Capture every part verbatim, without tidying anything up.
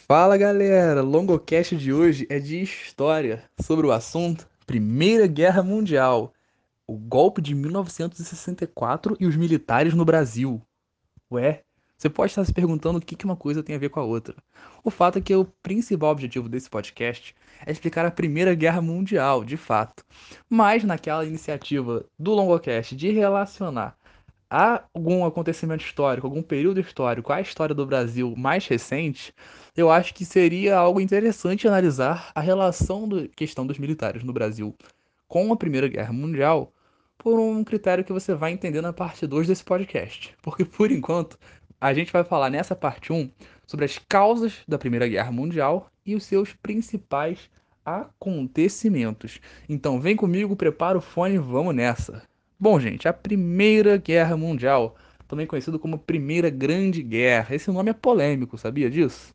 Fala galera, o Longocast de hoje é de história, sobre o assunto Primeira Guerra Mundial, o golpe de mil novecentos e sessenta e quatro e quatro e os militares no Brasil. Ué, você pode estar se perguntando o que que uma coisa tem a ver com a outra. O fato é que o principal objetivo desse podcast é explicar a Primeira Guerra Mundial, de fato. Mas naquela iniciativa do Longocast de relacionar há algum acontecimento histórico, algum período histórico, a história do Brasil mais recente, eu acho que seria algo interessante analisar a relação da questão dos militares no Brasil com a Primeira Guerra Mundial por um critério que você vai entender na parte dois desse podcast. Porque, por enquanto, a gente vai falar nessa parte um sobre as causas da Primeira Guerra Mundial e os seus principais acontecimentos. Então, vem comigo, prepara o fone e vamos nessa. Bom, gente, a Primeira Guerra Mundial, também conhecido como Primeira Grande Guerra. Esse nome é polêmico, sabia disso?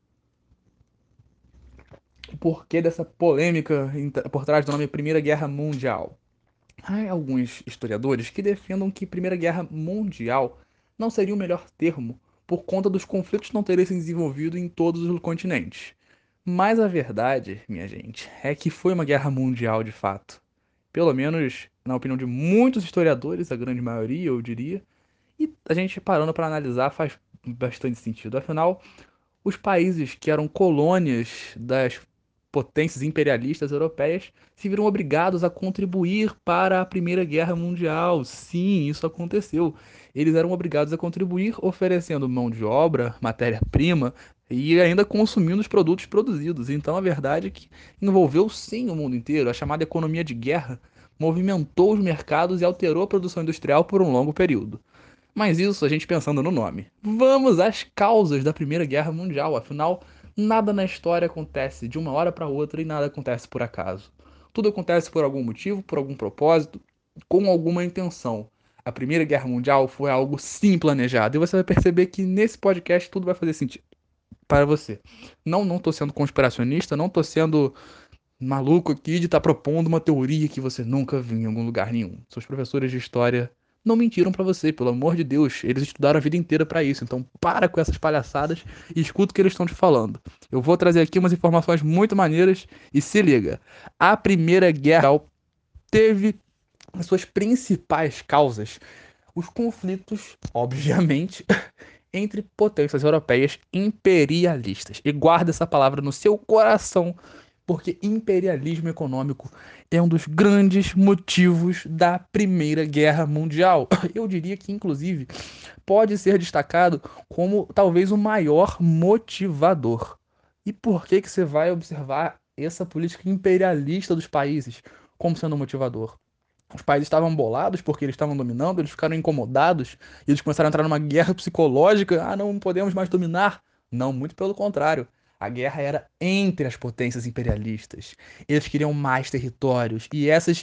O porquê dessa polêmica por trás do nome Primeira Guerra Mundial? Há alguns historiadores que defendam que Primeira Guerra Mundial não seria o melhor termo por conta dos conflitos não terem se desenvolvido em todos os continentes. Mas a verdade, minha gente, é que foi uma guerra mundial de fato. Pelo menos na opinião de muitos historiadores, a grande maioria, eu diria, e a gente parando para analisar faz bastante sentido. Afinal, os países que eram colônias das potências imperialistas europeias se viram obrigados a contribuir para a Primeira Guerra Mundial. Sim, isso aconteceu. Eles eram obrigados a contribuir oferecendo mão de obra, matéria-prima e ainda consumindo os produtos produzidos. Então a verdade é que envolveu sim o mundo inteiro. A chamada economia de guerra movimentou os mercados e alterou a produção industrial por um longo período. Mas isso a gente pensando no nome. Vamos às causas da Primeira Guerra Mundial. Afinal, nada na história acontece de uma hora para outra e nada acontece por acaso. Tudo acontece por algum motivo, por algum propósito, com alguma intenção. A Primeira Guerra Mundial foi algo sim planejado e você vai perceber que nesse podcast tudo vai fazer sentido para você. Não, não tô sendo conspiracionista, não tô sendo maluco aqui de estar propondo uma teoria que você nunca viu em algum lugar nenhum. Seus professores de história não mentiram pra você, pelo amor de Deus. Eles estudaram a vida inteira pra isso. Então para com essas palhaçadas e escuta o que eles estão te falando. Eu vou trazer aqui umas informações muito maneiras e se liga. A Primeira Guerra teve as suas principais causas os conflitos, obviamente, entre potências europeias imperialistas. E guarda essa palavra no seu coração, porque imperialismo econômico é um dos grandes motivos da Primeira Guerra Mundial. Eu diria que, inclusive, pode ser destacado como talvez o maior motivador. E por que que você vai observar essa política imperialista dos países como sendo um motivador? Os países estavam bolados porque eles estavam dominando, eles ficaram incomodados e eles começaram a entrar numa guerra psicológica. Ah, não podemos mais dominar. Não, muito pelo contrário. A guerra era entre as potências imperialistas. Eles queriam mais territórios e essas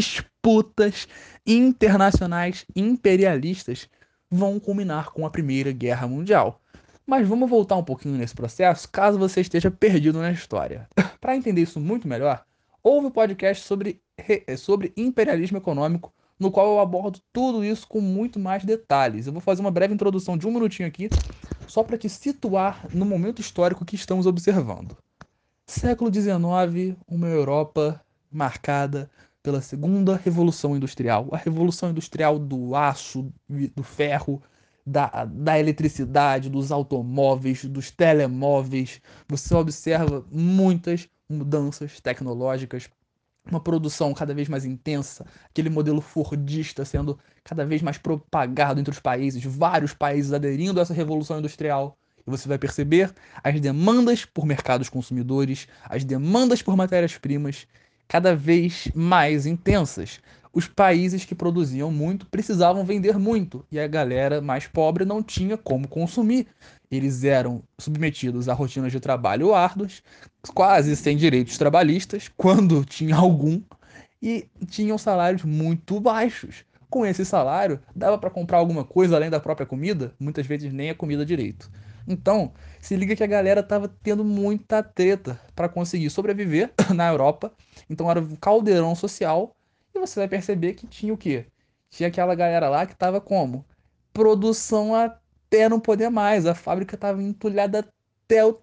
disputas internacionais imperialistas vão culminar com a Primeira Guerra Mundial. Mas vamos voltar um pouquinho nesse processo, caso você esteja perdido na história. Para entender isso muito melhor, houve um podcast sobre, sobre imperialismo econômico, no qual eu abordo tudo isso com muito mais detalhes. Eu vou fazer uma breve introdução de um minutinho aqui, só para te situar no momento histórico que estamos observando. Século dezenove, uma Europa marcada pela segunda revolução industrial, a revolução industrial do aço, do ferro, da, da eletricidade, dos automóveis, dos telemóveis. Você observa muitas mudanças tecnológicas, uma produção cada vez mais intensa, aquele modelo fordista sendo cada vez mais propagado entre os países, vários países aderindo a essa revolução industrial. E você vai perceber as demandas por mercados consumidores, as demandas por matérias-primas cada vez mais intensas. Os países que produziam muito precisavam vender muito e a galera mais pobre não tinha como consumir. Eles eram submetidos a rotinas de trabalho árduas, quase sem direitos trabalhistas, quando tinha algum, e tinham salários muito baixos. Com esse salário, dava para comprar alguma coisa além da própria comida? Muitas vezes nem a comida direito. Então, se liga que a galera tava tendo muita treta para conseguir sobreviver na Europa. Então era um caldeirão social. E você vai perceber que tinha o quê? Tinha aquela galera lá que tava como? Produção até não poder mais. A fábrica tava entulhada até o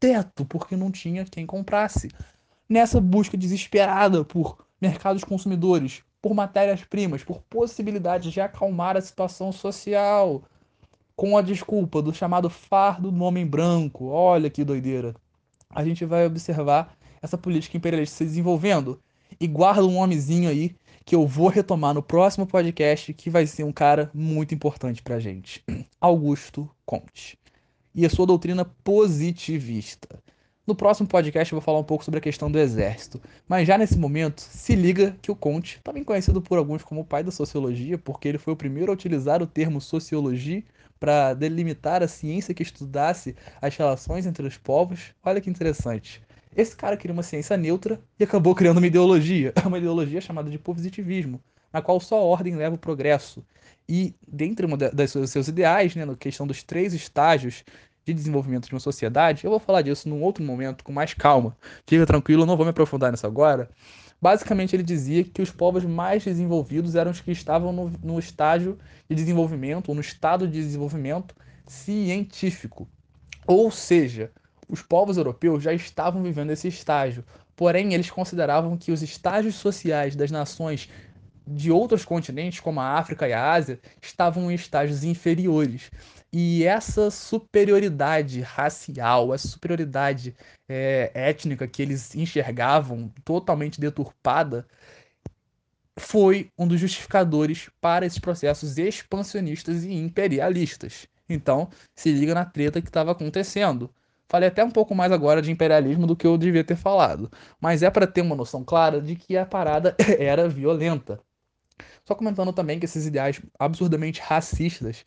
teto porque não tinha quem comprasse. Nessa busca desesperada por mercados consumidores, por matérias-primas, por possibilidades de acalmar a situação social, com a desculpa do chamado fardo do homem branco. Olha que doideira. A gente vai observar essa política imperialista se desenvolvendo. E guarda um nomezinho aí que eu vou retomar no próximo podcast, que vai ser um cara muito importante pra gente. Augusto Comte e a sua doutrina positivista. No próximo podcast eu vou falar um pouco sobre a questão do exército, mas já nesse momento, se liga que o Comte, também conhecido por alguns como o pai da sociologia, porque ele foi o primeiro a utilizar o termo sociologia para delimitar a ciência que estudasse as relações entre os povos. Olha que interessante. Esse cara queria uma ciência neutra e acabou criando uma ideologia, uma ideologia chamada de positivismo, na qual só a ordem leva o progresso. E dentre uma das seus ideais, né, na questão dos três estágios de desenvolvimento de uma sociedade, eu vou falar disso num outro momento, com mais calma. Fica tranquilo, eu não vou me aprofundar nisso agora. Basicamente, ele dizia que os povos mais desenvolvidos eram os que estavam no, no estágio de desenvolvimento, ou no estado de desenvolvimento científico. Ou seja, os povos europeus já estavam vivendo esse estágio. Porém, eles consideravam que os estágios sociais das nações de outros continentes, como a África e a Ásia, estavam em estágios inferiores. E essa superioridade racial, essa superioridade é, étnica que eles enxergavam totalmente deturpada, foi um dos justificadores para esses processos expansionistas e imperialistas. Então, se liga na treta que estava acontecendo. Falei até um pouco mais agora de imperialismo do que eu devia ter falado, mas é para ter uma noção clara de que a parada era violenta. Só comentando também que esses ideais absurdamente racistas,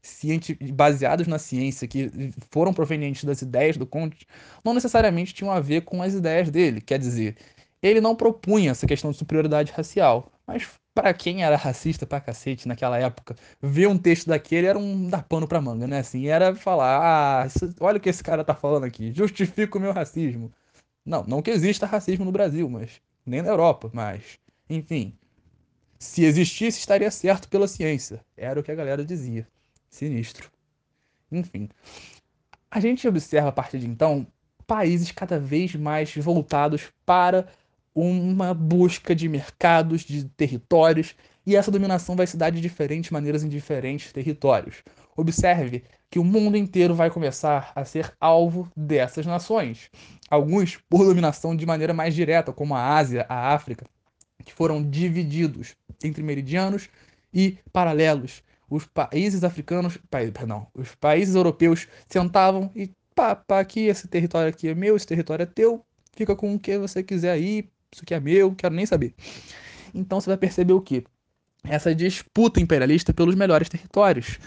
baseados na ciência, que foram provenientes das ideias do Comte, não necessariamente tinham a ver com as ideias dele. Quer dizer, ele não propunha essa questão de superioridade racial. Mas para quem era racista pra cacete naquela época, ver um texto daquele era um dar pano pra manga, né? Assim, era falar, ah, olha o que esse cara tá falando aqui, justifica o meu racismo. Não, não que exista racismo no Brasil, mas nem na Europa, mas enfim, se existisse, estaria certo pela ciência. Era o que a galera dizia. Sinistro. Enfim. A gente observa a partir de então países cada vez mais voltados para uma busca de mercados, de territórios, e essa dominação vai se dar de diferentes maneiras em diferentes territórios. Observe que o mundo inteiro vai começar a ser alvo dessas nações. Alguns por dominação de maneira mais direta, como a Ásia, a África, que foram divididos entre meridianos e paralelos. Os países africanos, pa, perdão, os países europeus sentavam e pá, pá, aqui esse território aqui é meu, esse território é teu, fica com o que você quiser aí, isso aqui é meu, quero nem saber. Então você vai perceber o quê? Essa disputa imperialista pelos melhores territórios.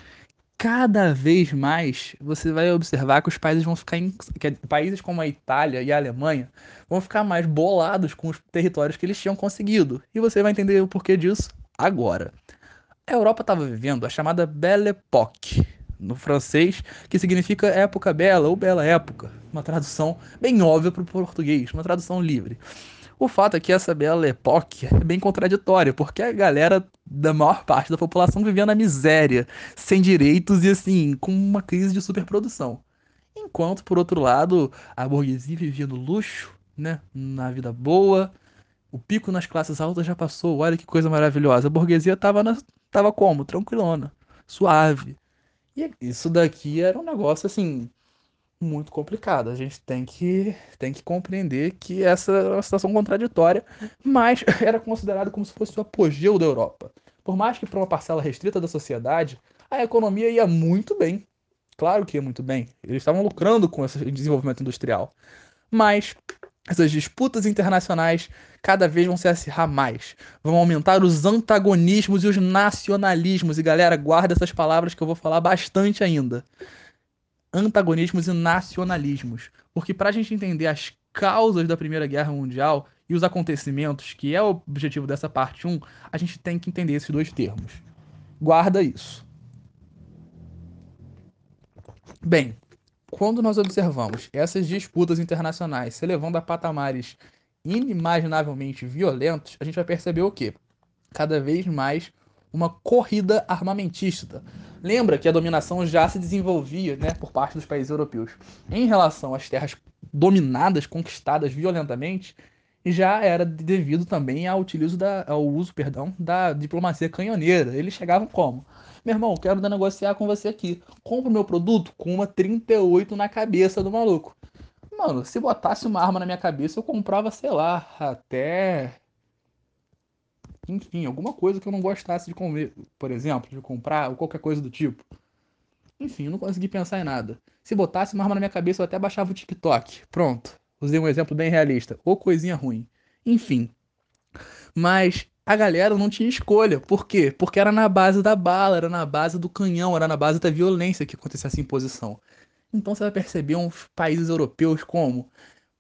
Cada vez mais você vai observar que os países vão ficar em, que países como a Itália e a Alemanha vão ficar mais bolados com os territórios que eles tinham conseguido. E você vai entender o porquê disso agora. A Europa estava vivendo a chamada Belle Époque, no francês, que significa época bela ou bela época, uma tradução bem óbvia para o português, uma tradução livre. O fato é que essa Belle Époque é bem contraditória, porque a galera da maior parte da população vivia na miséria, sem direitos e assim, com uma crise de superprodução. Enquanto, por outro lado, a burguesia vivia no luxo, né, na vida boa, o pico nas classes altas já passou, olha que coisa maravilhosa. A burguesia tava, na, tava como? Tranquilona, suave. E isso daqui era um negócio assim muito complicado. A gente tem que, tem que compreender que essa é uma situação contraditória, mas era considerado como se fosse o apogeu da Europa. Por mais que para uma parcela restrita da sociedade, a economia ia muito bem. Claro que ia muito bem. Eles estavam lucrando com esse desenvolvimento industrial. Mas essas disputas internacionais cada vez vão se acirrar mais. Vão aumentar os antagonismos e os nacionalismos. E galera, guarda essas palavras que eu vou falar bastante ainda. Antagonismos e nacionalismos. Porque para a gente entender as causas da Primeira Guerra Mundial e os acontecimentos, que é o objetivo dessa parte um, a gente tem que entender esses dois termos. Guarda isso. Bem, quando nós observamos essas disputas internacionais se elevando a patamares inimaginavelmente violentos, a gente vai perceber o quê? Cada vez mais uma corrida armamentista. Lembra que a dominação já se desenvolvia, né, por parte dos países europeus em relação às terras dominadas, conquistadas violentamente, já era devido também ao, utilizo da, ao uso, perdão, da diplomacia canhoneira. Eles chegavam como? Meu irmão, quero negociar com você aqui. Compra o meu produto com uma trinta e oito na cabeça do maluco. Mano, se botasse uma arma na minha cabeça, eu comprava, sei lá, até. Enfim, alguma coisa que eu não gostasse de comer, por exemplo, de comprar, ou qualquer coisa do tipo. Enfim, eu não consegui pensar em nada. Se botasse uma arma na minha cabeça, eu até baixava o TikTok. Pronto. Usei um exemplo bem realista. Ou coisinha ruim. Enfim. Mas a galera não tinha escolha. Por quê? Porque era na base da bala, era na base do canhão, era na base da violência que acontecia essa imposição. Então você vai perceber uns países europeus como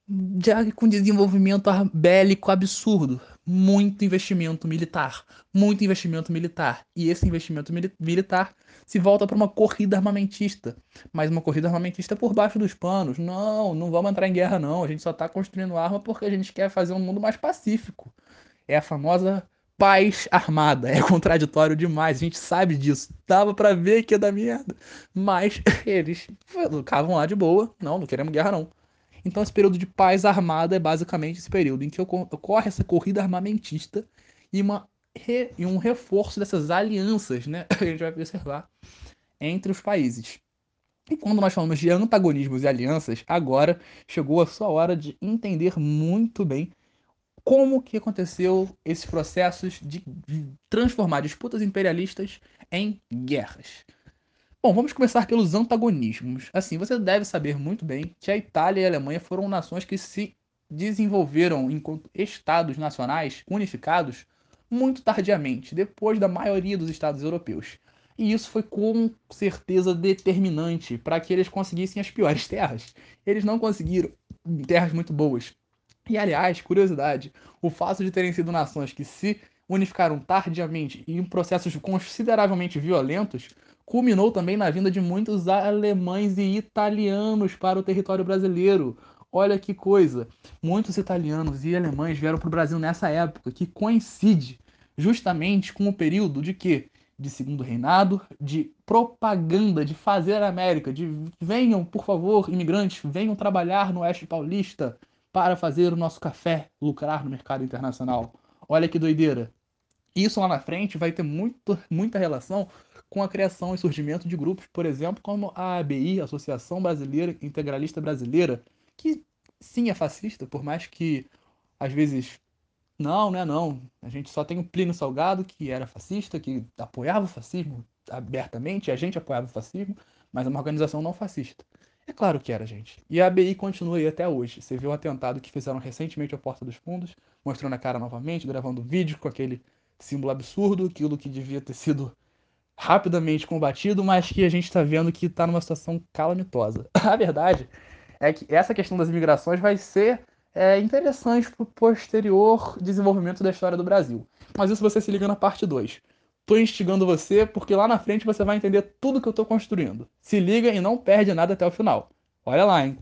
já com desenvolvimento ar- bélico absurdo, muito investimento militar, muito investimento militar. E esse investimento mili- militar se volta para uma corrida armamentista, mas uma corrida armamentista por baixo dos panos. Não, não vamos entrar em guerra não, a gente só está construindo arma porque a gente quer fazer um mundo mais pacífico. É a famosa paz armada. É contraditório demais, a gente sabe disso. Dava pra ver que ia dar merda. Mas eles ficavam lá de boa. Não, não queremos guerra não. Então esse período de paz armada é basicamente esse período em que ocorre essa corrida armamentista e, uma, e um reforço dessas alianças, né? A gente vai observar entre os países. E quando nós falamos de antagonismos e alianças, agora chegou a sua hora de entender muito bem como que aconteceu esses processos de transformar disputas imperialistas em guerras. Bom, vamos começar pelos antagonismos. Assim, você deve saber muito bem que a Itália e a Alemanha foram nações que se desenvolveram enquanto estados nacionais unificados muito tardiamente, depois da maioria dos estados europeus. E isso foi com certeza determinante para que eles conseguissem as piores terras. Eles não conseguiram terras muito boas. E aliás, curiosidade, o fato de terem sido nações que se unificaram tardiamente e em processos consideravelmente violentos culminou também na vinda de muitos alemães e italianos para o território brasileiro. Olha que coisa! Muitos italianos e alemães vieram para o Brasil nessa época, que coincide justamente com o período de quê? De segundo reinado, de propaganda, de fazer a América, de venham, por favor, imigrantes, venham trabalhar no Oeste Paulista para fazer o nosso café lucrar no mercado internacional. Olha que doideira. Isso lá na frente vai ter muito, muita relação com a criação e surgimento de grupos, por exemplo, como a A B I, Associação Brasileira Integralista Brasileira, que sim é fascista, por mais que às vezes não, né, não. A gente só tem o Plínio Salgado, que era fascista, que apoiava o fascismo abertamente, a gente apoiava o fascismo, mas é uma organização não fascista. É claro que era, gente. E a A B I continua aí até hoje. Você viu o atentado que fizeram recentemente à Porta dos Fundos, mostrando a cara novamente, gravando vídeo com aquele símbolo absurdo, aquilo que devia ter sido rapidamente combatido, mas que a gente está vendo que está numa situação calamitosa. A verdade é que essa questão das imigrações vai ser é, interessante para o posterior desenvolvimento da história do Brasil. Mas isso você se liga na parte dois. Tô instigando você porque lá na frente você vai entender tudo que eu tô construindo. Se liga e não perde nada até o final. Olha lá, hein?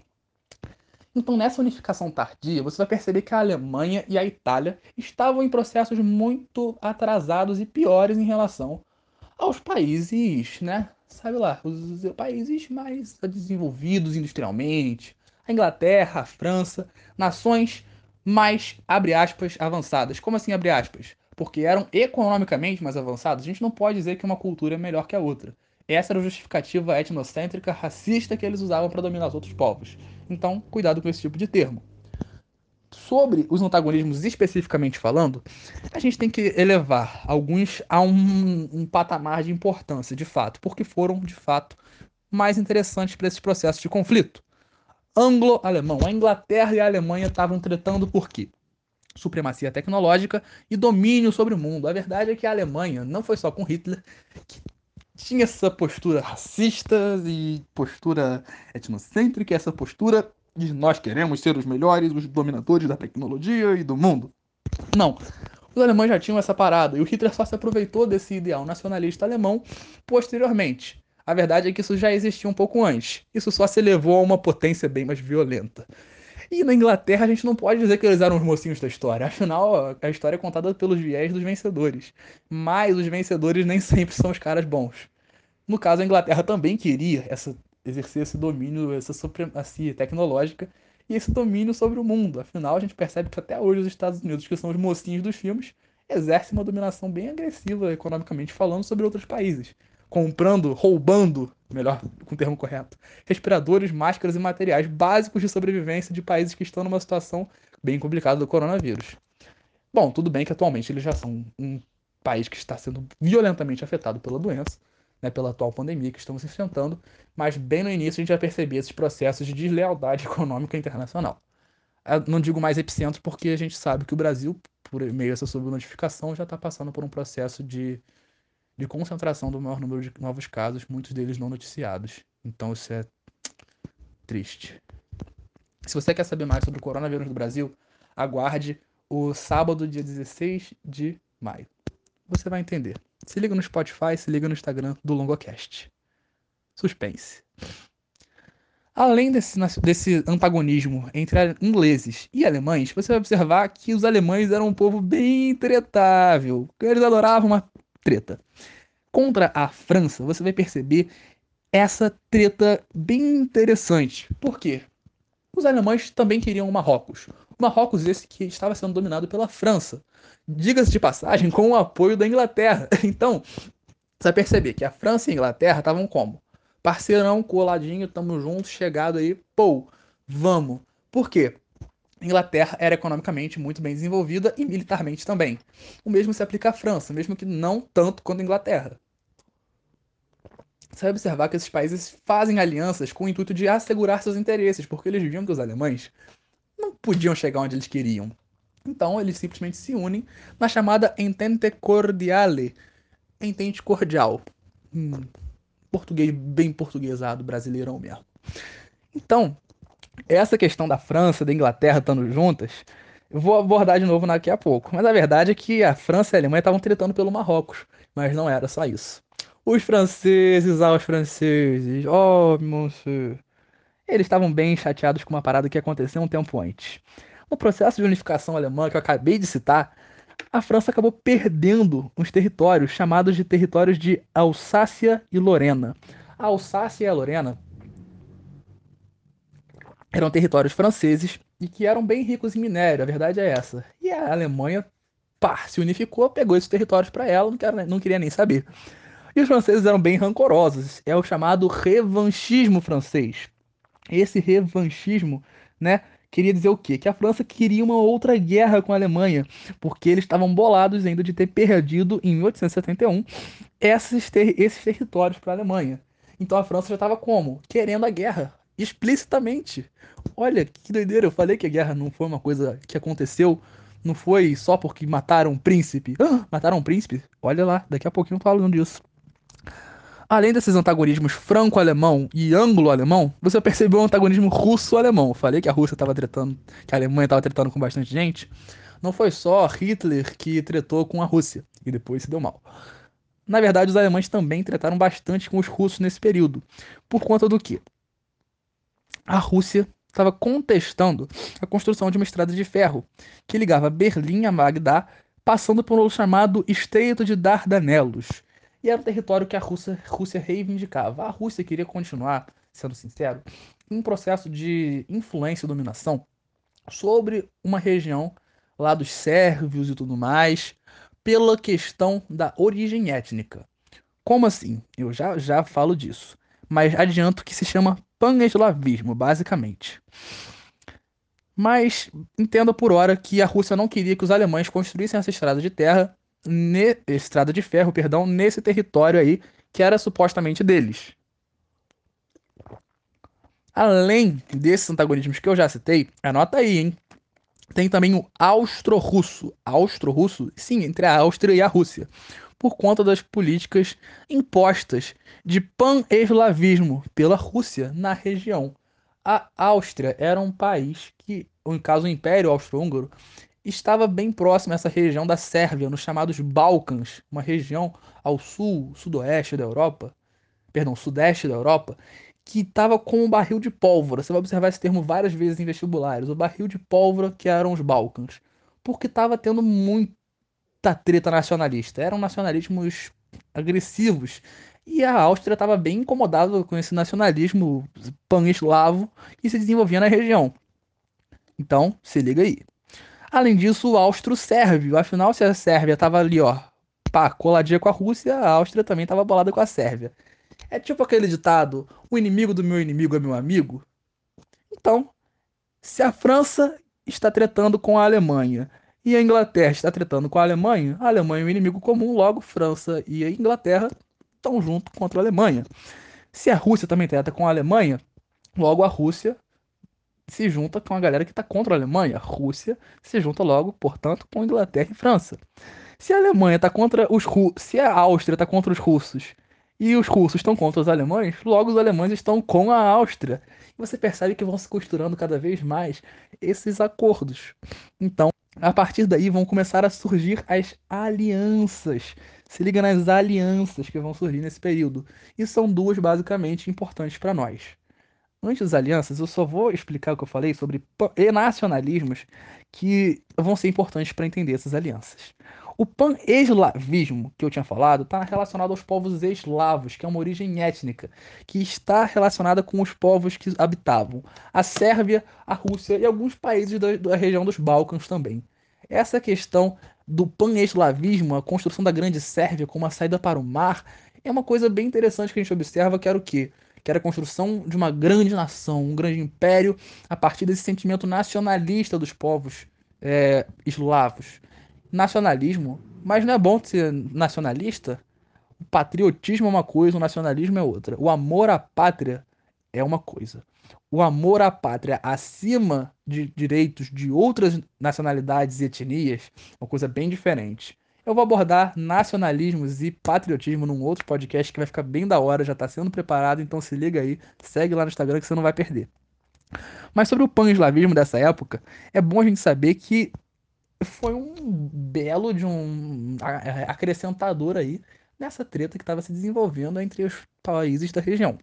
Então, nessa unificação tardia, você vai perceber que a Alemanha e a Itália estavam em processos muito atrasados e piores em relação aos países, né? Sabe lá, os países mais desenvolvidos industrialmente, a Inglaterra, a França, nações mais, abre aspas, avançadas. Como assim, abre aspas? Porque eram economicamente mais avançados. A gente não pode dizer que uma cultura é melhor que a outra. Essa era a justificativa etnocêntrica, racista que eles usavam para dominar os outros povos. Então, cuidado com esse tipo de termo. Sobre os antagonismos especificamente falando, a gente tem que elevar alguns a um, um patamar de importância, de fato, porque foram, de fato, mais interessantes para esses processos de conflito. Anglo-alemão. A Inglaterra e a Alemanha estavam tretando por quê? Supremacia tecnológica e domínio sobre o mundo. A verdade é que a Alemanha, não foi só com Hitler, que tinha essa postura racista e postura etnocêntrica, essa postura de nós queremos ser os melhores, os dominadores da tecnologia e do mundo. Não. Os alemães já tinham essa parada e o Hitler só se aproveitou desse ideal nacionalista alemão posteriormente. A verdade é que isso já existia um pouco antes. Isso só se elevou a uma potência bem mais violenta. E na Inglaterra a gente não pode dizer que eles eram os mocinhos da história. Afinal, a história é contada pelos viés dos vencedores. Mas os vencedores nem sempre são os caras bons. No caso, a Inglaterra também queria essa, exercer esse domínio, essa supremacia tecnológica, e esse domínio sobre o mundo. Afinal, a gente percebe que até hoje os Estados Unidos, que são os mocinhos dos filmes, exercem uma dominação bem agressiva, economicamente falando, sobre outros países. Comprando, roubando, melhor com o termo correto, respiradores, máscaras e materiais básicos de sobrevivência de países que estão numa situação bem complicada do coronavírus. Bom, tudo bem que atualmente eles já são um país que está sendo violentamente afetado pela doença, né, pela atual pandemia que estamos enfrentando, mas bem no início a gente já percebia esses processos de deslealdade econômica internacional. Eu não digo mais epicentro porque a gente sabe que o Brasil, por meio dessa subnotificação, já está passando por um processo de, de concentração do maior número de novos casos, muitos deles não noticiados. Então isso é triste. Se você quer saber mais sobre o coronavírus do Brasil, aguarde o sábado, dia dezesseis de maio. Você vai entender. Se liga no Spotify, se liga no Instagram do Longocast. Suspense. Além desse, desse antagonismo entre ingleses e alemães, você vai observar que os alemães eram um povo bem tretável. Eles adoravam uma treta. Contra a França, você vai perceber essa treta bem interessante. Por quê? Os alemães também queriam o Marrocos. O Marrocos esse que estava sendo dominado pela França. Diga-se de passagem, com o apoio da Inglaterra. Então, você vai perceber que a França e a Inglaterra estavam como? Parceirão, coladinho, tamo junto, chegado aí, pô, vamos. Por quê? A Inglaterra era economicamente muito bem desenvolvida e militarmente também. O mesmo se aplica à França, mesmo que não tanto quanto a Inglaterra. Você vai observar que esses países fazem alianças com o intuito de assegurar seus interesses, porque eles viam que os alemães não podiam chegar onde eles queriam. Então eles simplesmente se unem na chamada Entente Cordiale, Entente Cordial. Hum, português bem portuguesado, brasileirão mesmo. Então, essa questão da França e da Inglaterra estando juntas, eu vou abordar de novo daqui a pouco. Mas a verdade é que a França e a Alemanha estavam tretando pelo Marrocos, mas não era só isso. Os franceses, aos franceses, oh, monsieur, eles estavam bem chateados com uma parada que aconteceu um tempo antes. No processo de unificação alemã que eu acabei de citar, a França acabou perdendo uns territórios chamados de territórios de Alsácia e Lorena. A Alsácia e a Lorena eram territórios franceses e que eram bem ricos em minério, a verdade é essa. E a Alemanha, pá, se unificou, pegou esses territórios para ela, não, quero, não queria nem saber. E os franceses eram bem rancorosos, é o chamado revanchismo francês. Esse revanchismo, né, queria dizer o quê? Que a França queria uma outra guerra com a Alemanha, porque eles estavam bolados ainda de ter perdido em mil oitocentos e setenta e um esses, ter esses territórios para a Alemanha. Então a França já estava como? Querendo a guerra, explicitamente. Olha que doideira, eu falei que a guerra não foi uma coisa que aconteceu, não foi só porque mataram um príncipe. Ah, mataram um príncipe? Olha lá, daqui a pouquinho eu falo falando disso. Além desses antagonismos franco-alemão e anglo-alemão, você percebeu o antagonismo russo-alemão. Falei que a Rússia estava tretando, que a Alemanha estava tretando com bastante gente. Não foi só Hitler que tretou com a Rússia e depois se deu mal. Na verdade, os alemães também trataram bastante com os russos nesse período. Por conta do quê? A Rússia estava contestando a construção de uma estrada de ferro que ligava Berlim a Bagdá, passando por um chamado Estreito de Dardanelos. E era um território que a Rússia, Rússia reivindicava. A Rússia queria continuar, sendo sincero, em um processo de influência e dominação sobre uma região lá dos sérvios e tudo mais, pela questão da origem étnica. Como assim? Eu já já falo disso. Mas adianto que se chama pan-eslavismo, basicamente. Mas entenda por hora que a Rússia não queria que os alemães construíssem essa estrada de terra, ne... estrada de ferro, perdão, nesse território aí que era supostamente deles. Além desses antagonismos que eu já citei, anota aí, hein? Tem também o austro-russo. Austro-russo? Sim, entre a Áustria e a Rússia. Por conta das políticas impostas de pan-eslavismo pela Rússia na região. A Áustria era um país que, no caso o Império Austro-Húngaro, estava bem próximo a essa região da Sérvia, nos chamados Balcãs, uma região ao sul, sudoeste da Europa, perdão, sudeste da Europa, que estava com um barril de pólvora. Você vai observar esse termo várias vezes em vestibulares. O barril de pólvora que eram os Balcãs. Porque estava tendo muita treta nacionalista. Eram nacionalismos agressivos. E a Áustria estava bem incomodada com esse nacionalismo pan-eslavo que se desenvolvia na região. Então, se liga aí. Além disso, o austro-sérvio. Afinal, se a Sérvia estava ali, ó, pá, coladinha com a Rússia, a Áustria também estava bolada com a Sérvia. É tipo aquele ditado: o inimigo do meu inimigo é meu amigo. Então, se a França está tretando com a Alemanha e a Inglaterra está tretando com a Alemanha, a Alemanha é um inimigo comum, logo França e a Inglaterra estão junto contra a Alemanha. Se a Rússia também treta com a Alemanha, logo a Rússia se junta com a galera que está contra a Alemanha. A Rússia se junta logo, portanto, com a Inglaterra e França. Se a Alemanha está contra os russos, se a Áustria está contra os russos e os russos estão contra os alemães, logo os alemães estão com a Áustria. E você percebe que vão se costurando cada vez mais esses acordos. Então, a partir daí vão começar a surgir as alianças. Se liga nas alianças que vão surgir nesse período. E são duas basicamente importantes para nós. Antes das alianças, eu só vou explicar o que eu falei sobre pan- e nacionalismos que vão ser importantes para entender essas alianças. O pan-eslavismo que eu tinha falado está relacionado aos povos eslavos, que é uma origem étnica, que está relacionada com os povos que habitavam a Sérvia, a Rússia e alguns países da, da região dos Balcãs também. Essa questão do pan-eslavismo, a construção da Grande Sérvia como uma saída para o mar, é uma coisa bem interessante que a gente observa, que era o quê? Que era a construção de uma grande nação, um grande império, a partir desse sentimento nacionalista dos povos é, eslavos. Nacionalismo, mas não é bom ser nacionalista? O patriotismo é uma coisa, o nacionalismo é outra. O amor à pátria é uma coisa. O amor à pátria acima de direitos de outras nacionalidades e etnias é uma coisa bem diferente. Eu vou abordar nacionalismos e patriotismo num outro podcast que vai ficar bem da hora, já está sendo preparado, então se liga aí, segue lá no Instagram que você não vai perder. Mas sobre o pan-eslavismo dessa época, é bom a gente saber que foi um belo de um acrescentador aí nessa treta que estava se desenvolvendo entre os países da região.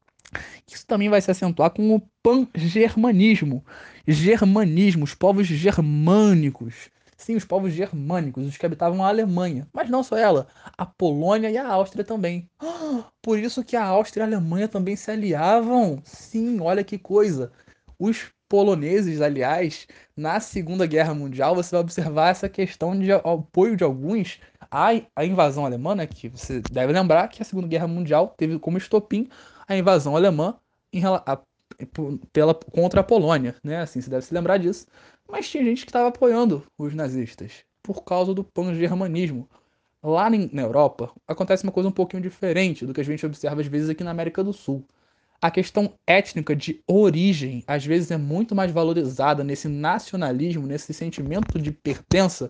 Isso também vai se acentuar com o pan-germanismo. Germanismo, os povos germânicos. Sim, os povos germânicos, os que habitavam a Alemanha. Mas não só ela, a Polônia e a Áustria também. Por isso que a Áustria e a Alemanha também se aliavam. Sim, olha que coisa. Os poloneses, aliás, na Segunda Guerra Mundial, você vai observar essa questão de apoio de alguns à, à invasão alemã, né? Que você deve lembrar que a Segunda Guerra Mundial teve como estopim a invasão alemã em, a, pela, contra a Polônia, né? Assim, você deve se lembrar disso. Mas tinha gente que estava apoiando os nazistas por causa do pan-germanismo. Lá na Europa, acontece uma coisa um pouquinho diferente do que a gente observa às vezes aqui na América do Sul. A questão étnica de origem, às vezes, é muito mais valorizada nesse nacionalismo, nesse sentimento de pertença,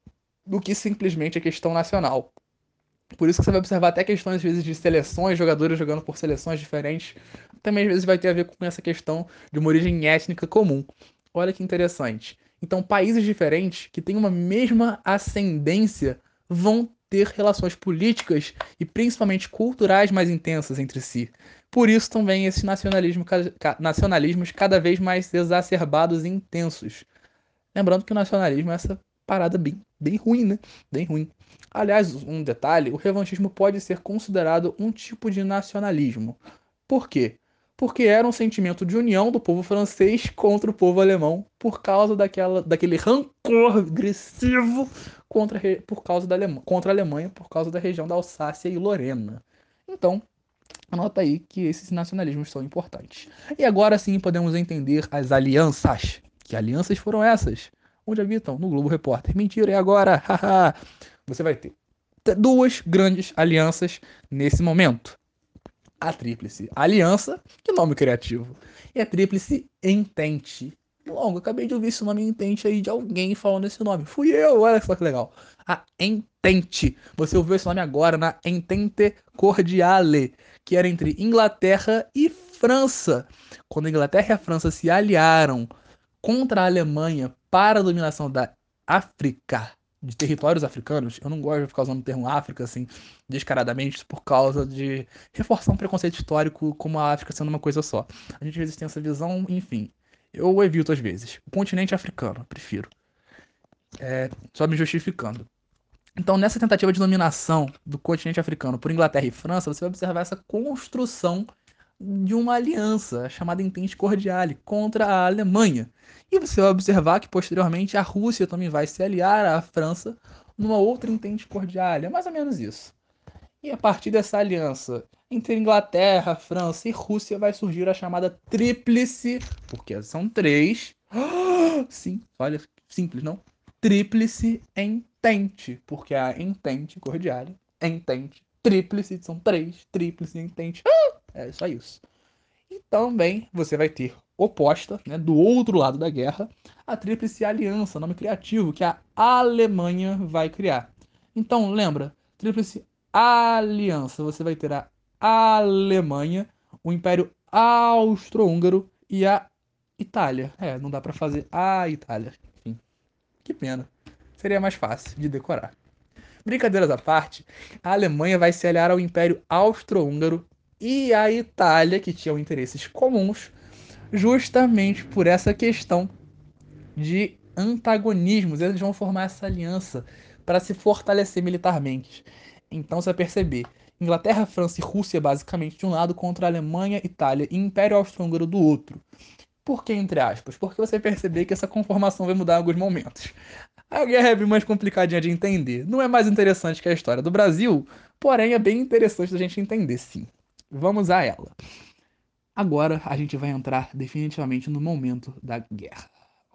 do que simplesmente a questão nacional. Por isso que você vai observar até questões, às vezes, de seleções, jogadores jogando por seleções diferentes. Também, às vezes, vai ter a ver com essa questão de uma origem étnica comum. Olha que interessante. Então, países diferentes que têm uma mesma ascendência vão ter relações políticas e principalmente culturais mais intensas entre si. Por isso também esses nacionalismo, nacionalismos cada vez mais exacerbados e intensos. Lembrando que o nacionalismo é essa parada bem, bem ruim, né? Bem ruim. Aliás, um detalhe: o revanchismo pode ser considerado um tipo de nacionalismo. Por quê? Porque era um sentimento de união do povo francês contra o povo alemão por causa daquela, daquele rancor agressivo contra, por causa da Alemanha, contra a Alemanha por causa da região da Alsácia e Lorena. Então, anota aí que esses nacionalismos são importantes. E agora sim podemos entender as alianças. Que alianças foram essas? Onde habitam? No Globo Repórter. Mentira, é agora! Você vai ter duas grandes alianças nesse momento. A Tríplice Aliança, que nome criativo. E a Tríplice Entente. Longo, acabei de ouvir esse nome Entente aí de alguém falando esse nome. Fui eu, olha só que legal. A Entente. Você ouviu esse nome agora na Entente Cordiale, que era entre Inglaterra e França. Quando a Inglaterra e a França se aliaram contra a Alemanha para a dominação da África, de territórios africanos. Eu não gosto de ficar usando o termo África assim descaradamente por causa de reforçar um preconceito histórico como a África sendo uma coisa só. A gente às vezes tem essa visão, enfim. Eu evito às vezes. O continente africano, prefiro. É, só me justificando. Então, nessa tentativa de dominação do continente africano por Inglaterra e França, você vai observar essa construção de uma aliança chamada Entente Cordiale contra a Alemanha. E você vai observar que posteriormente a Rússia também vai se aliar à França numa outra Entente Cordiale. É mais ou menos isso. E a partir dessa aliança entre Inglaterra, França e Rússia vai surgir a chamada Tríplice, porque são três. Sim, olha, simples, não? Tríplice Entente, porque a Entente Cordiale, Entente, Tríplice, são três, Tríplice Entente. É só isso. E também você vai ter oposta, né, do outro lado da guerra, a Tríplice Aliança, nome criativo, que a Alemanha vai criar. Então, lembra, Tríplice Aliança, você vai ter a Alemanha, o Império Austro-Húngaro e a Itália. É, não dá pra fazer a Itália. Enfim, que pena. Seria mais fácil de decorar. Brincadeiras à parte, a Alemanha vai se aliar ao Império Austro-Húngaro e à Itália, que tinham interesses comuns, justamente por essa questão de antagonismos. Eles vão formar essa aliança para se fortalecer militarmente. Então você vai perceber: Inglaterra, França e Rússia, basicamente, de um lado, contra a Alemanha, Itália e Império Austro-Húngaro do outro. Por que, entre aspas? Porque você vai perceber que essa conformação vai mudar em alguns momentos. A guerra é bem mais complicadinha de entender. Não é mais interessante que a história do Brasil, porém é bem interessante da gente entender, sim. Vamos a ela. Agora a gente vai entrar definitivamente no momento da guerra.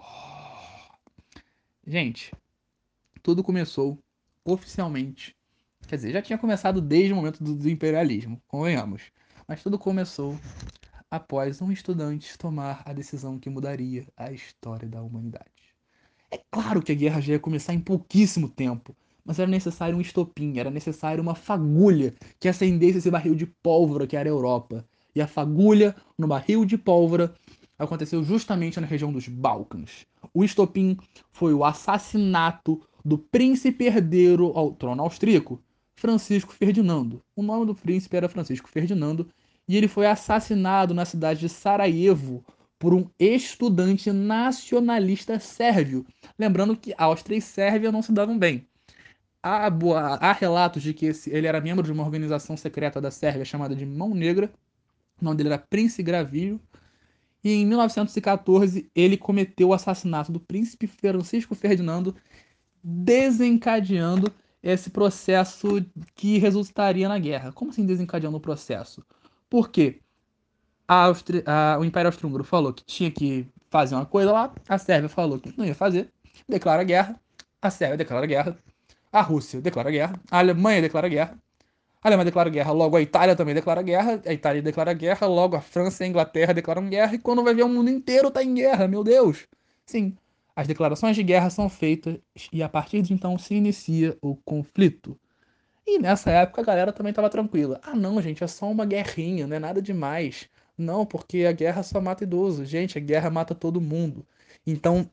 Gente, tudo começou oficialmente. Quer dizer, já tinha começado desde o momento do, do imperialismo, convenhamos. Mas tudo começou após um estudante tomar a decisão que mudaria a história da humanidade. É claro que a guerra já ia começar em pouquíssimo tempo, mas era necessário um estopim, era necessário uma fagulha que acendesse esse barril de pólvora que era a Europa. E a fagulha no barril de pólvora aconteceu justamente na região dos Balcãs. O estopim foi o assassinato do príncipe herdeiro ao trono austríaco, Francisco Ferdinando. O nome do príncipe era Francisco Ferdinando e ele foi assassinado na cidade de Sarajevo por um estudante nacionalista sérvio. Lembrando que Áustria e Sérvia não se davam bem. Há, há relatos de que esse, ele era membro de uma organização secreta da Sérvia chamada de Mão Negra. O nome dele era Prince Gravilho. E em mil novecentos e quatorze ele cometeu o assassinato do príncipe Francisco Ferdinando, desencadeando esse processo que resultaria na guerra. Como assim desencadeando o processo? Por quê? A Austri- a- o Império Austro-Húngaro falou que tinha que fazer uma coisa lá, a Sérvia falou que não ia fazer, declara guerra, a Sérvia declara guerra, a Rússia declara guerra, a Alemanha declara guerra, a Alemanha declara guerra, logo a Itália também declara guerra, a Itália declara guerra, logo a França e a Inglaterra declaram guerra, e quando vai ver o mundo inteiro tá em guerra, meu Deus! Sim, as declarações de guerra são feitas e a partir de então se inicia o conflito. E nessa época a galera também tava tranquila. Ah, não, gente, é só uma guerrinha, não é nada demais. Não, porque a guerra só mata idoso. Gente, a guerra mata todo mundo. Então,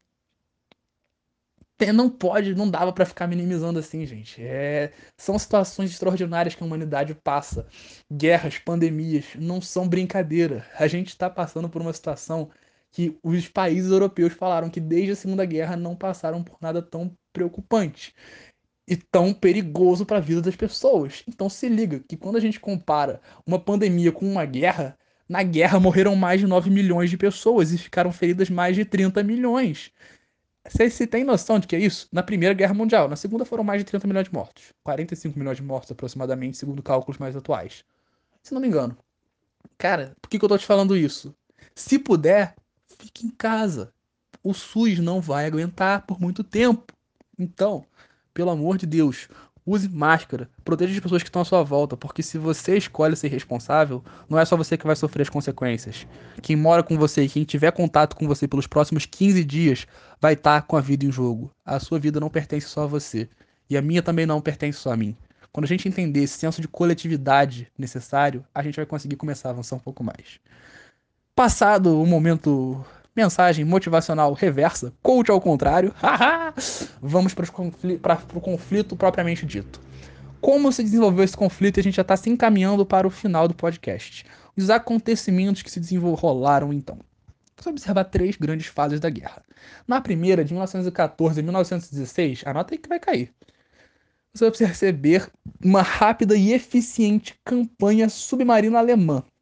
te- não pode, não dava pra ficar minimizando assim, gente. É, são situações extraordinárias que a humanidade passa. Guerras, pandemias, não são brincadeira. A gente tá passando por uma situação que os países europeus falaram que desde a Segunda Guerra não passaram por nada tão preocupante e tão perigoso para a vida das pessoas. Então se liga que quando a gente compara uma pandemia com uma guerra, na guerra morreram mais de nove milhões de pessoas e ficaram feridas mais de trinta milhões. Você se tem noção de que é isso? Na Primeira Guerra Mundial. Na Segunda foram mais de trinta milhões de mortos. quarenta e cinco milhões de mortos aproximadamente, segundo cálculos mais atuais. Se não me engano. Cara, por que, que eu tô te falando isso? Se puder, fique em casa. O SUS não vai aguentar por muito tempo. Então, pelo amor de Deus, use máscara, proteja as pessoas que estão à sua volta, porque se você escolhe ser responsável, não é só você que vai sofrer as consequências. Quem mora com você e quem tiver contato com você pelos próximos quinze dias vai estar com a vida em jogo. A sua vida não pertence só a você. E a minha também não pertence só a mim. Quando a gente entender esse senso de coletividade necessário, a gente vai conseguir começar a avançar um pouco mais. Passado o momento mensagem motivacional reversa, coach ao contrário, haha, vamos para o conflito propriamente dito. Como se desenvolveu esse conflito e a gente já está se encaminhando para o final do podcast. Os acontecimentos que se desenrolaram então. Vamos observar três grandes fases da guerra. Na primeira, de mil novecentos e quatorze a mil novecentos e dezesseis, anota aí que vai cair. Você vai perceber uma rápida e eficiente campanha submarina alemã.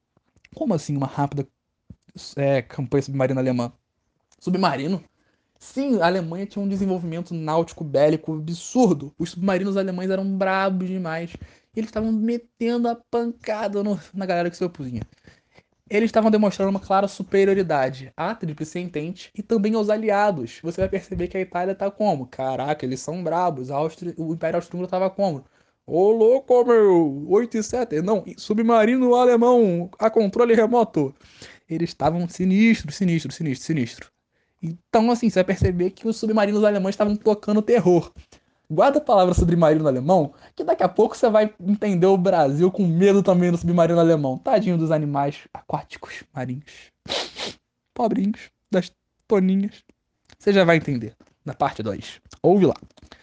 Como assim uma rápida é, campanha submarina alemã? Submarino? Sim, a Alemanha tinha um desenvolvimento náutico bélico absurdo. Os submarinos alemães eram brabos demais. E eles estavam metendo a pancada no- na galera que se opunha. Eles estavam demonstrando uma clara superioridade à Tríplice Entente e também aos aliados. Você vai perceber que a Itália tá como? Caraca, eles são brabos. A Áustria, o Império Austro-Húngaro tava como? Ô louco, meu! oito e sete. Não, submarino alemão a controle remoto. Eles estavam sinistros, sinistros, sinistros, sinistros. Então, assim, você vai perceber que os submarinos alemães estavam tocando terror. Guarda a palavra submarino alemão, que daqui a pouco você vai entender o Brasil com medo também do submarino alemão. Tadinho dos animais aquáticos marinhos. Pobrinhos, das toninhas. Você já vai entender na parte dois. Ouve lá.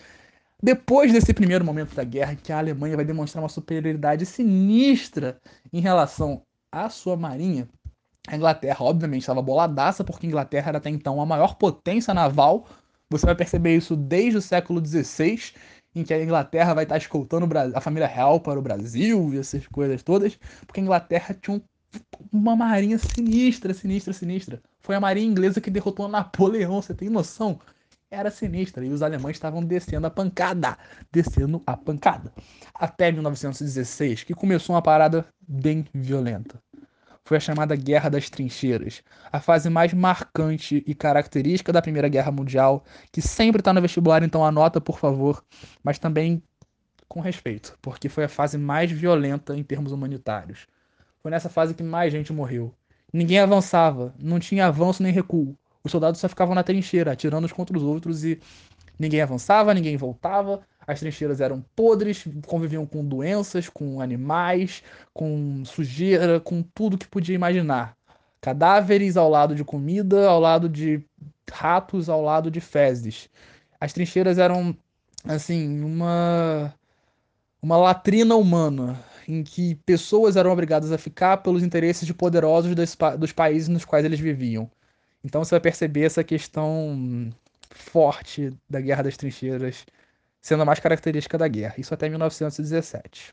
Depois desse primeiro momento da guerra, em que a Alemanha vai demonstrar uma superioridade sinistra em relação à sua marinha, a Inglaterra, obviamente, estava boladaça, porque a Inglaterra era até então a maior potência naval. Você vai perceber isso desde o século dezesseis, em que a Inglaterra vai estar escoltando a família real para o Brasil e essas coisas todas, porque a Inglaterra tinha um- uma marinha sinistra, sinistra, sinistra. Foi a marinha inglesa que derrotou Napoleão, você tem noção? Era sinistra, e os alemães estavam descendo a pancada, descendo a pancada. Até mil novecentos e dezesseis, que começou uma parada bem violenta. Foi a chamada Guerra das Trincheiras, a fase mais marcante e característica da Primeira Guerra Mundial, que sempre está no vestibular, então anota, por favor, mas também com respeito, porque foi a fase mais violenta em termos humanitários. Foi nessa fase que mais gente morreu. Ninguém avançava, não tinha avanço nem recuo. Os soldados só ficavam na trincheira, atirando uns contra os outros e ninguém avançava, ninguém voltava. As trincheiras eram podres, conviviam com doenças, com animais, com sujeira, com tudo que podia imaginar. Cadáveres ao lado de comida, ao lado de ratos, ao lado de fezes. As trincheiras eram, assim, uma, uma latrina humana, em que pessoas eram obrigadas a ficar pelos interesses de poderosos dos, pa dos países nos quais eles viviam. Então você vai perceber essa questão forte da Guerra das Trincheiras sendo a mais característica da guerra. Isso até mil novecentos e dezessete.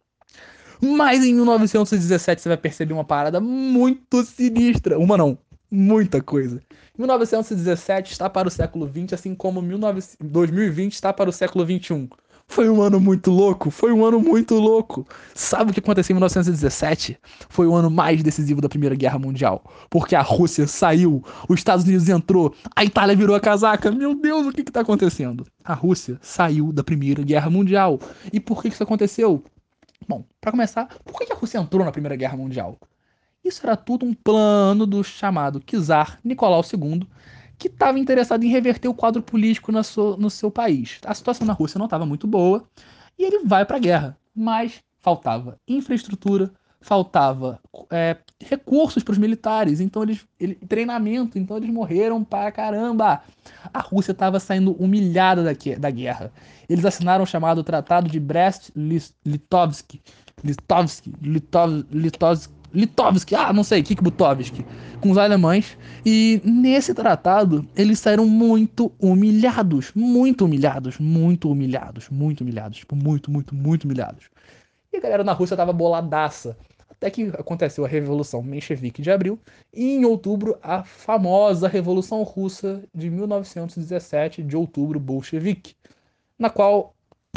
Mas em mil novecentos e dezessete você vai perceber uma parada muito sinistra. Uma não, muita coisa. mil novecentos e dezessete está para o século vinte, assim como dois mil e vinte está para o século vinte e um. Foi um ano muito louco, foi um ano muito louco. Sabe o que aconteceu em mil novecentos e dezessete? Foi o ano mais decisivo da Primeira Guerra Mundial. Porque a Rússia saiu, os Estados Unidos entrou, a Itália virou a casaca. Meu Deus, o que está acontecendo? A Rússia saiu da Primeira Guerra Mundial. E por que isso aconteceu? Bom, para começar, por que a Rússia entrou na Primeira Guerra Mundial? Isso era tudo um plano do chamado czar Nicolau segundo, que estava interessado em reverter o quadro político na sua- no seu país. A situação na Rússia não estava muito boa e ele vai para a guerra, mas faltava infraestrutura, faltava é, recursos para os militares, então eles, ele, treinamento, então eles morreram para caramba. A Rússia estava saindo humilhada da, da guerra. Eles assinaram o chamado Tratado de Brest-Litovsk, Litovsk, Litov, Litovsk, Litovsk, ah, não sei, Kik Butovsk, com os alemães. E nesse tratado, eles saíram muito humilhados, muito humilhados, muito humilhados, muito humilhados, tipo, muito, muito, muito humilhados. E a galera na Rússia tava boladaça. Até que aconteceu a Revolução Menchevique de abril, e em outubro, a famosa Revolução Russa de mil novecentos e dezessete, de outubro bolchevique, na qual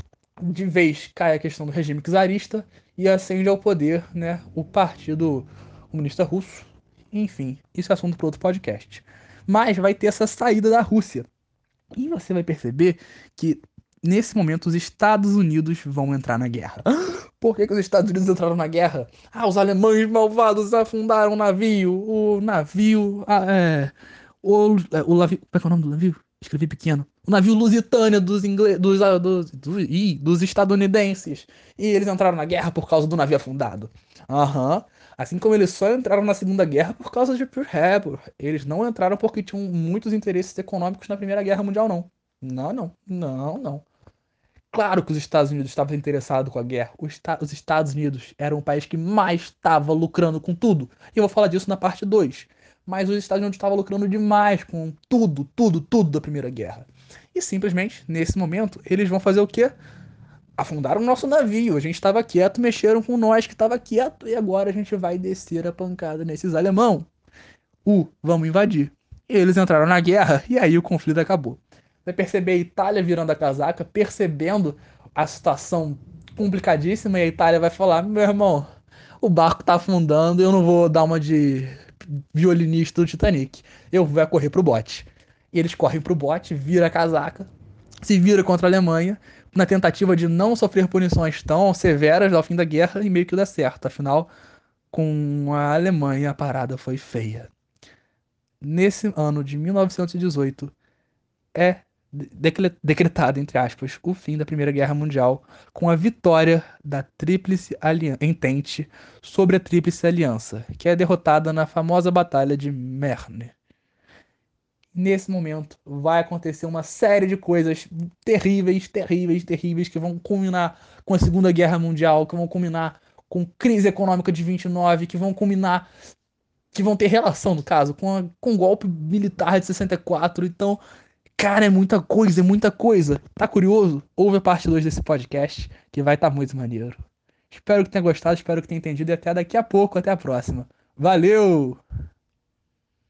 de vez cai a questão do regime czarista e ascende ao poder, né, o Partido Comunista Russo. Enfim, isso é assunto para outro podcast. Mas vai ter essa saída da Rússia. E você vai perceber que nesse momento os Estados Unidos vão entrar na guerra. Por que, que os Estados Unidos entraram na guerra? Ah, os alemães malvados afundaram o navio. O navio. Ah, é. O, é, o navio. Como é que é o nome do navio? Escrevi pequeno. O navio Lusitânia dos, ingleses, dos, ah, dos, dos, ih, dos estadunidenses. E eles entraram na guerra por causa do navio afundado. Aham. Uhum. Assim como eles só entraram na Segunda Guerra por causa de Pearl Harbor. Eles não entraram porque tinham muitos interesses econômicos na Primeira Guerra Mundial, não. Não, não. Não, não. Claro que os Estados Unidos estavam interessados com a guerra. Os, Esta- os Estados Unidos eram o país que mais estava lucrando com tudo. E eu vou falar disso na parte dois. Mas os Estados Unidos estavam lucrando demais com tudo, tudo, tudo da Primeira Guerra. E simplesmente, nesse momento, eles vão fazer o quê? afundaram o nosso navio, a gente estava quieto, mexeram com nós que estava quieto, e agora a gente vai descer a pancada nesses alemão. Uh, vamos invadir. E eles entraram na guerra, e aí o conflito acabou. Vai perceber a Itália virando a casaca, percebendo a situação complicadíssima, e a Itália vai falar: meu irmão, o barco tá afundando, eu não vou dar uma de violinista do Titanic. Eu vou correr pro bote. E eles correm pro bote, vira a casaca, se vira contra a Alemanha, na tentativa de não sofrer punições tão severas ao fim da guerra, e meio que dá certo. Afinal, com a Alemanha a parada foi feia. Nesse ano de mil novecentos e dezoito, é decretado, entre aspas, o fim da Primeira Guerra Mundial, com a vitória da Tríplice Aliança, Entente sobre a Tríplice Aliança, que é derrotada na famosa Batalha de Marne. Nesse momento, vai acontecer uma série de coisas terríveis, terríveis, terríveis, que vão culminar com a Segunda Guerra Mundial, que vão culminar com crise econômica de vinte e nove, que vão culminar, que vão ter relação, no caso, com, a, com o golpe militar de sessenta e quatro. Então, cara, é muita coisa, é muita coisa. Tá curioso? Ouve a parte dois desse podcast, que vai estar tá muito maneiro. Espero que tenha gostado, espero que tenha entendido e até daqui a pouco, até a próxima. Valeu!